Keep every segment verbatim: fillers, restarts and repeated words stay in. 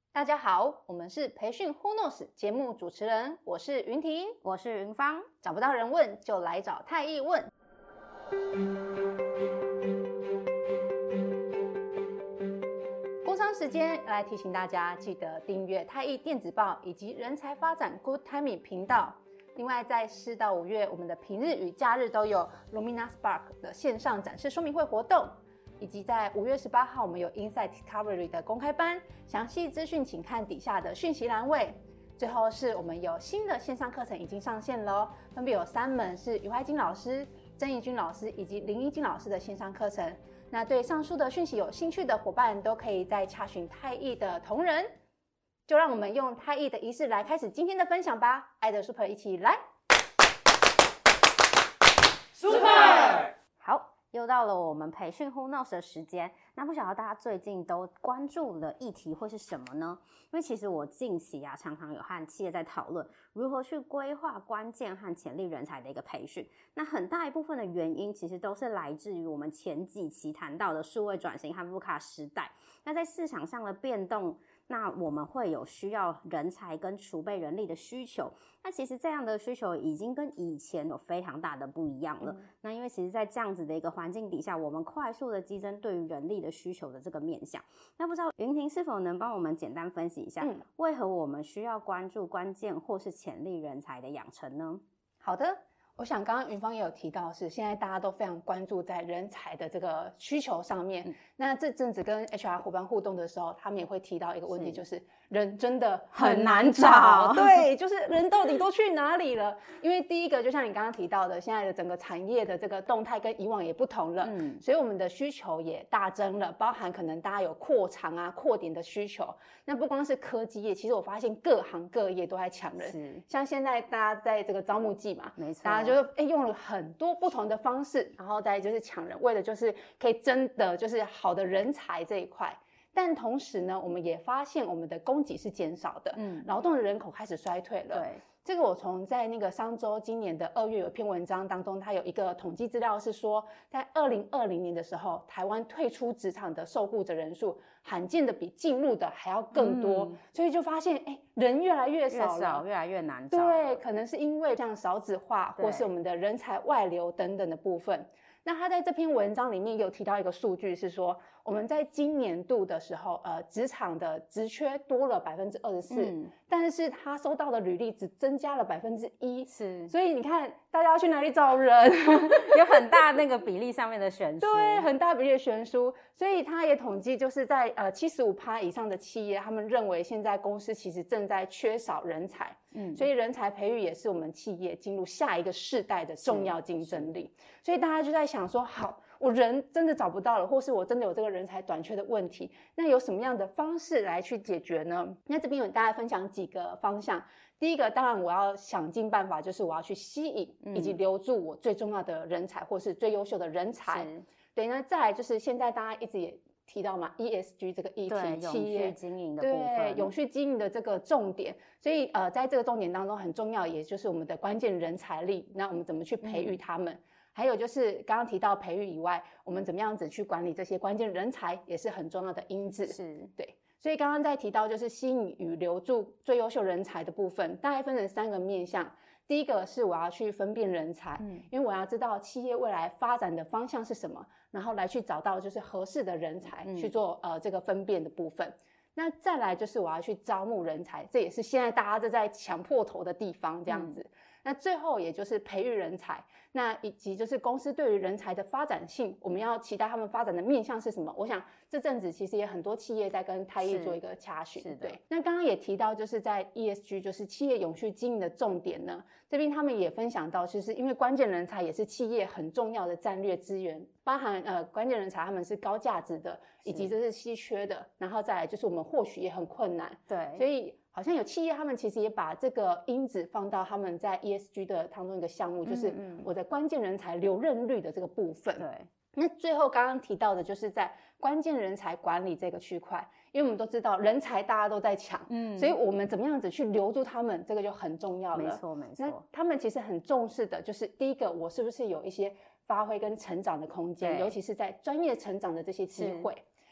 大家好，我们是培训 Who Knows 节目主持人，我是云婷， 我是云芳。 找不到人问，就来找太艺问。工商时间来提醒大家，记得订阅太艺电子报以及人才发展 Good Timing 频道。另外，在四到五月，我们的平日与假日都有 Lumina Spark 的线上展示说明会活动。以及在五月十八号，我们有 Insight Discovery 的公开班，详细资讯请看底下的讯息栏位。最后是我们有新的线上课程已经上线了，分别有三门是余怀金老师、曾怡君老师以及林依金老师的线上课程。那对上述的讯息有兴趣的伙伴，都可以在洽询太艺的同仁。就让我们用太艺的仪式来开始今天的分享吧。爱的 Super 一起来 Super 好，又到了我们培训 Who Knows 的时间。那不晓得大家最近都关注的议题会是什么呢？因为其实我近期啊，常常有和企业在讨论如何去规划关键和潜力人才的一个培训。那很大一部分的原因，其实都是来自于我们前几期谈到的数位转型和 V U C A 时代。那在市场上的变动，那我们会有需要人才跟储备人力的需求。那其实这样的需求已经跟以前有非常大的不一样了。嗯、那因为其实在这样子的一个环境底下，我们快速的激增对于人力的需求的这个面向。那不知道云婷是否能帮我们简单分析一下，嗯、为何我们需要关注关键或是潜力人才的养成呢？ 好的。我想刚刚云芳也有提到是现在大家都非常关注在人才的这个需求上面、嗯、那这阵子跟 H R 伙伴互动的时候，他们也会提到一个问题，就是人真的很难找，对，就是人到底都去哪里了。因为第一个就像你刚刚提到的，现在的整个产业的这个动态跟以往也不同了、嗯、所以我们的需求也大增了，包含可能大家有扩厂啊扩点的需求。那不光是科技业，其实我发现各行各业都在抢人，像现在大家在这个招募季嘛，没错，大家就就、欸、用了很多不同的方式，然后再就是抢人，为了就是可以争得就是好的人才这一块。但同时呢，我们也发现我们的供给是减少的，嗯，劳动的人口开始衰退了。对，这个我从在那个商周今年的二月有一篇文章当中，它有一个统计资料是说，在二零二零年的时候，台湾退出职场的受雇者人数罕见的比进入的还要更多，嗯、所以就发现，哎，人越来越少了， 越少越来越难找。 对，可能是因为像少子化，或是我们的人才外流等等的部分。那他在这篇文章里面有提到一个数据，是说我们在今年度的时候，呃，职场的职缺多了百分之二十四，但是他收到的履历只增加了百分之一，是，所以你看大家要去哪里找人， 有很大那个比例上面的悬殊， 对，很大比例的悬殊。所以他也统计，就是在呃 百分之七十五 以上的企业，他们认为现在公司其实正在缺少人才，嗯，所以人才培育也是我们企业进入下一个世代的重要竞争力。所以大家就在想说，好，我人真的找不到了，或是我真的有这个人才短缺的问题，那有什么样的方式来去解决呢？那这边有大家分享几个方向。第一个，当然我要想尽办法，就是我要去吸引以及留住我最重要的人才，或是最优秀的人才。对，那再来就是现在大家一直也提到嘛 ，E S G 这个议题，企业永续经营的部分， 对，永续经营的这个重点，所以呃，在这个重点当中很重要，也就是我们的关键人才力，那我们怎么去培育他们？嗯，还有就是刚刚提到培育以外，我们怎么样子去管理这些关键人才，也是很重要的因子。是，对。所以刚刚在提到就是吸引与留住最优秀人才的部分，大概分成三个面向。第一个是我要去分辨人才，嗯，因为我要知道企业未来发展的方向是什么，然后来去找到就是合适的人才，嗯，去做呃这个分辨的部分。那再来就是我要去招募人才，这也是现在大家都在抢破头的地方，这样子。嗯，那最后也就是培育人才，那以及就是公司对于人才的发展性，我们要期待他们发展的面向是什么？我想这阵子其实也很多企业在跟太艺做一个洽询，对。那刚刚也提到就是在 E S G 就是企业永续经营的重点呢，这边他们也分享到，其实因为关键人才也是企业很重要的战略资源，包含呃关键人才他们是高价值的，以及这是稀缺的，然后再来就是我们获取也很困难，对，所以好像有企业他们其实也把这个因子放到他们在 E S G 的当中一个项目，就是我的关键人才留任率的这个部分。对，那最后刚刚提到的就是在关键人才管理这个区块，因为我们都知道人才大家都在抢，嗯，所以我们怎么样子去留住他们，这个就很重要了。没错没错。那他们其实很重视的就是第一个，我是不是有一些发挥跟成长的空间，尤其是在专业成长的这些机会。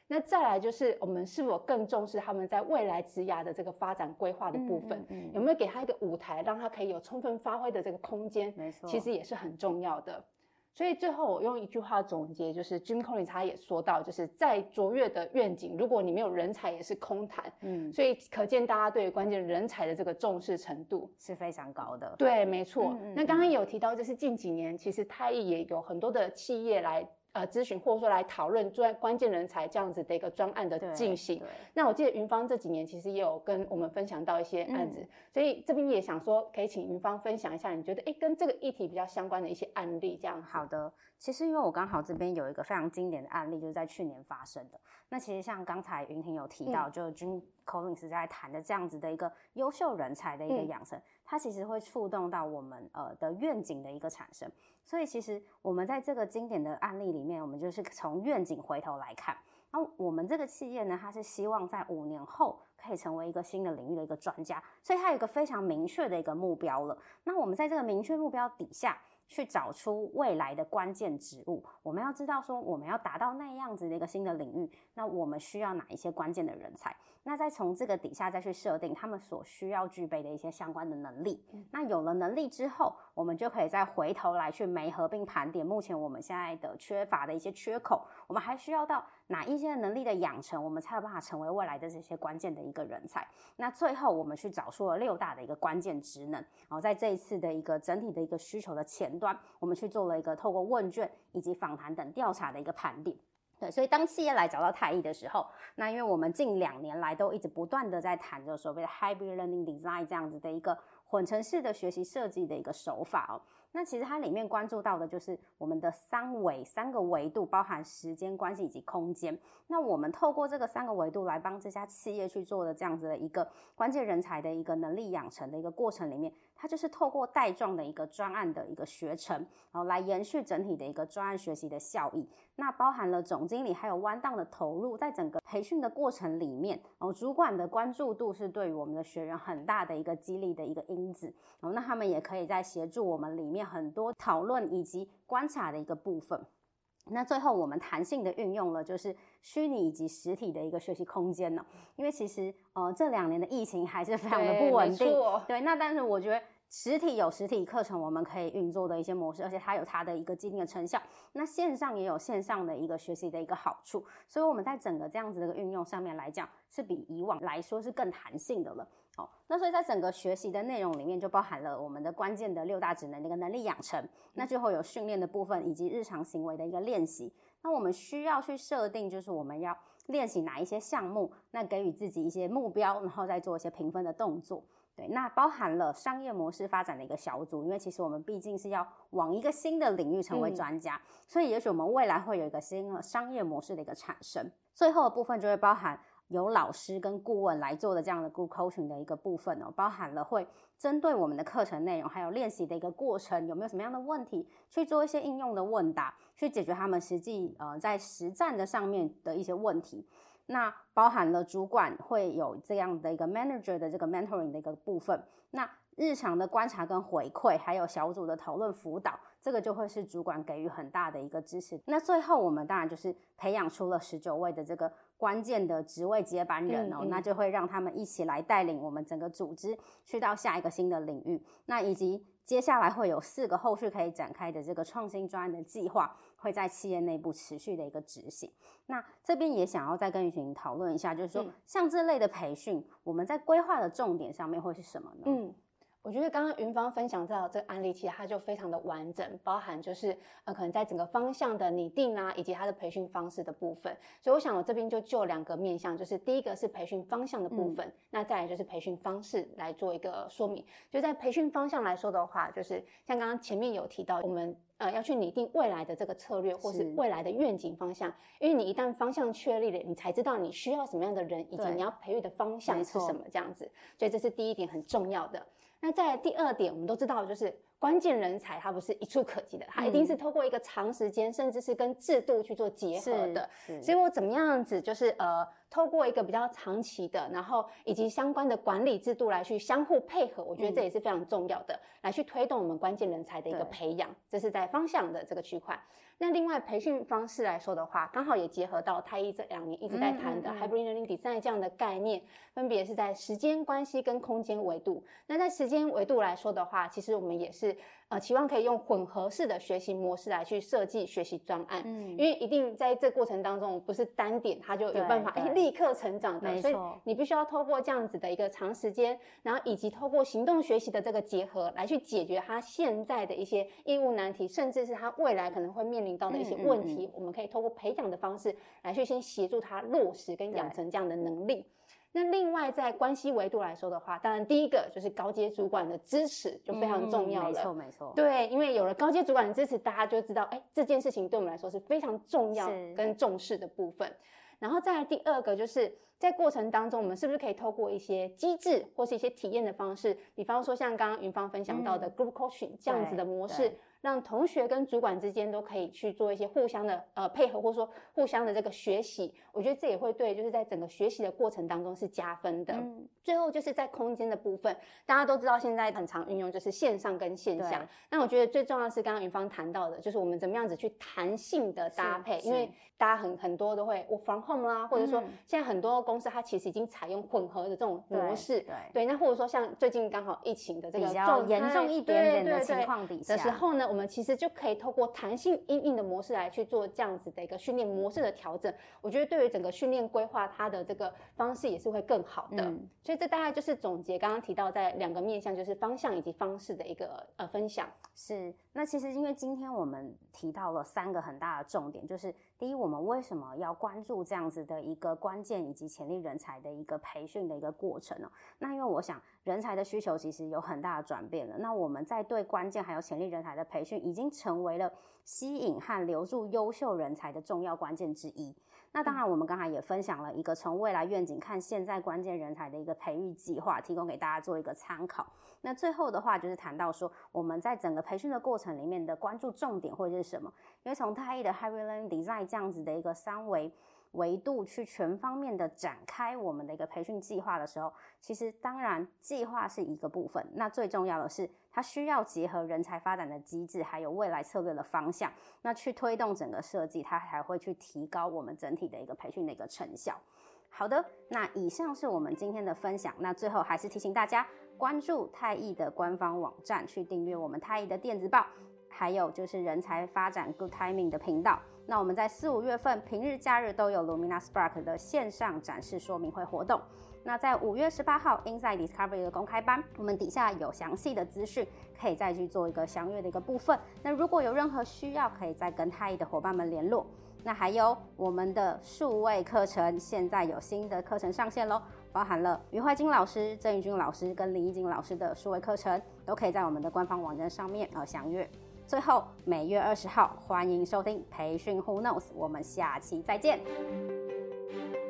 那再来就是我们是否更重视他们在未来职涯的这个发展规划的部分，嗯嗯嗯有没有给他一个舞台，让他可以有充分发挥的这个空间， 没错， 其实也是很重要的。所以最后我用一句话总结，就是 Jim Collins 他也说到，就是再卓越的愿景，如果你没有人才也是空谈。嗯，所以可见大家对于关键人才的这个重视程度是非常高的。 对，没错。嗯嗯嗯那刚刚有提到，就是近几年其实太毅也有很多的企业来呃咨询，或者说来讨论专关键人才这样子的一个专案的进行。那我记得云芳这几年其实也有跟我们分享到一些案子，嗯、所以这边也想说，可以请云芳分享一下，你觉得哎跟这个议题比较相关的一些案例这样子。 好的，其实因为我刚好这边有一个非常经典的案例，就是在去年发生的。那其实像刚才云婷有提到，嗯、就 Jim Collins 在谈的这样子的一个优秀人才的一个养成，嗯、它其实会触动到我们呃的愿景的一个产生。所以其实我们在这个经典的案例里面，我们就是从愿景回头来看。那我们这个企业呢，它是希望在五年后可以成为一个新的领域的一个专家，所以它有一个非常明确的一个目标了。那我们在这个明确目标底下，去找出未来的关键职务，我们要知道说我们要达到那样子的一个新的领域，那我们需要哪一些关键的人才，那再从这个底下再去设定他们所需要具备的一些相关的能力。嗯、那有了能力之后，我们就可以再回头来去媒合并盘点目前我们现在的缺乏的一些缺口，我们还需要到哪一些能力的养成，我们才有办法成为未来的这些关键的一个人才。那最后我们去找出了六大的一个关键职能，然后在这一次的一个整体的一个需求的前端，我们去做了一个透过问卷以及访谈等调查的一个盘点。对，所以当企业来找到太毅的时候，那因为我们近两年来都一直不断的在谈着所谓的 hybrid learning design 这样子的一个混成式的学习设计的一个手法哦。那其实它里面关注到的就是我们的三维三个维度，包含时间、关系以及空间。那我们透过这个三个维度来帮这家企业去做的这样子的一个关键人才的一个能力养成的一个过程里面，它就是透过带状的一个专案的一个学程，然后来延续整体的一个专案学习的效益。那包含了总经理还有弯道的投入，在整个培训的过程里面，然后主管的关注度是对于我们的学员很大的一个激励的一个因子。然后那他们也可以在协助我们里面很多讨论以及观察的一个部分。那最后我们弹性的运用了就是虚拟以及实体的一个学习空间呢，因为其实呃这两年的疫情还是非常的不稳定， 对, 对，那但是我觉得实体有实体课程我们可以运作的一些模式，而且它有它的一个既定的成效，那线上也有线上的一个学习的一个好处，所以我们在整个这样子的一个运用上面来讲，是比以往来说是更弹性的了。好，那所以在整个学习的内容里面就包含了我们的关键的六大职能的一个能力养成，那最后有训练的部分以及日常行为的一个练习。那我们需要去设定就是我们要练习哪一些项目，那给予自己一些目标，然后再做一些评分的动作。对，那包含了商业模式发展的一个小组，因为其实我们毕竟是要往一个新的领域成为专家，嗯、所以也许我们未来会有一个新的商业模式的一个产生。最后的部分就会包含由老师跟顾问来做的这样的 group coaching 的一个部分哦，包含了会针对我们的课程内容还有练习的一个过程，有没有什么样的问题去做一些应用的问答，去解决他们实际呃在实战的上面的一些问题。那包含了主管会有这样的一个 manager 的这个 mentoring 的一个部分，那日常的观察跟回馈还有小组的讨论辅导，这个就会是主管给予很大的一个支持。那最后我们当然就是培养出了十九位的这个关键的职位接班人哦，嗯嗯那就会让他们一起来带领我们整个组织去到下一个新的领域，那以及接下来会有四个后续可以展开的这个创新专案的计划，会在企业内部持续的一个执行。那这边也想要再跟于婷讨论一下，就是说、嗯、像这类的培训，我们在规划的重点上面会是什么呢？ 嗯。我觉得刚刚云芳分享到这个案例，其实它就非常的完整，包含就是呃可能在整个方向的拟定啊，以及它的培训方式的部分。所以我想我这边就就两个面向，就是第一个是培训方向的部分，嗯、那再来就是培训方式来做一个说明。就在培训方向来说的话，就是像刚刚前面有提到，我们呃要去拟定未来的这个策略或是未来的愿景方向，因为你一旦方向确立了，你才知道你需要什么样的人，以及你要培育的方向是什么这样子。所以这是第一点很重要的。那在来第二点，我们都知道就是关键人才它不是一触可及的，它一定是透过一个长时间、嗯、甚至是跟制度去做结合的。所以我怎么样子就是呃透过一个比较长期的，然后以及相关的管理制度来去相互配合，我觉得这也是非常重要的，嗯、来去推动我们关键人才的一个培养，这是在方向的这个区块。 那另外培训方式来说的话，刚好也结合到太一这两年一直在谈的 Hybrid Learning Design 这样的概念，分别是在时间关系跟空间维度。那在时间维度来说的话，其实我们也是呃期望可以用混合式的学习模式来去设计学习专案，嗯，因为一定在这过程当中不是单点它就有办法哎立刻成长的，所以你必须要透过这样子的一个长时间，然后以及透过行动学习的这个结合来去解决它现在的一些业务难题，甚至是它未来可能会面临到的一些问题，嗯嗯嗯，我们可以透过培养的方式来去先协助它落实跟养成这样的能力。那另外在关系维度来说的话，当然第一个就是高阶主管的支持就非常重要了，嗯，没错没错，对，因为有了高阶主管的支持，大家就知道哎，这件事情对我们来说是非常重要跟重视的部分。然后再来第二个就是在过程当中，我们是不是可以透过一些机制或是一些体验的方式，比方说像刚刚云芳分享到的 group coaching 这样子的模式，让同学跟主管之间都可以去做一些互相的呃配合，或者说互相的这个学习，我觉得这也会对就是在整个学习的过程当中是加分的。嗯，最后就是在空间的部分，大家都知道现在很常运用就是线上跟线下，那我觉得最重要的是刚刚云芳谈到的，就是我们怎么样子去弹性的搭配，因为大家很很多都会 work from home 啦，或者说现在很多公司它其实已经采用混合的这种模式， 对, 对, 对，那或者说像最近刚好疫情的这个比较严重一点点的情况底下的时候呢，我们其实就可以透过弹性因应的模式来去做这样子的一个训练模式的调整，我觉得对于整个训练规划它的这个方式也是会更好的。嗯，所以这大概就是总结刚刚提到在两个面向，就是方向以及方式的一个呃分享。 是，那其实因为今天我们提到了三个很大的重点，就是第一，我们为什么要关注这样子的一个关键以及潜力人才的一个培训的一个过程哦。那因为我想人才的需求其实有很大的转变了，那我们在对关键还有潜力人才的培训已经成为了吸引和留住优秀人才的重要关键之一。那当然我们刚才也分享了一个从未来愿景看现在关键人才的一个培育计划，提供给大家做一个参考。那最后的话就是谈到说我们在整个培训的过程里面的关注重点会是什么，因为从太一的 Hybrid Learning Design 这样子的一个三维维度去全方面的展开我们的一个培训计划的时候，其实当然计划是一个部分，那最重要的是它需要结合人才发展的机制还有未来策略的方向，那去推动整个设计，它还会去提高我们整体的一个培训的一个成效。好的，那以上是我们今天的分享，那最后还是提醒大家关注太一的官方网站，去订阅我们太一的电子报，还有就是人才发展 Good Timing 的频道。那我们在四五月份平日假日都有 Lumina Spark 的线上展示说明会活动。那在五月十八号 Inside Discovery 的公开班，我们底下有详细的资讯，可以再去做一个详阅的一个部分。那如果有任何需要，可以再跟太一的伙伴们联络。那还有我们的数位课程，现在有新的课程上线咯，包含了于慧晶老师、郑玉君老师跟林义景老师的数位课程，都可以在我们的官方网站上面呃详阅。最后，每月二十号欢迎收听培训 Who Knows， 我们下期再见。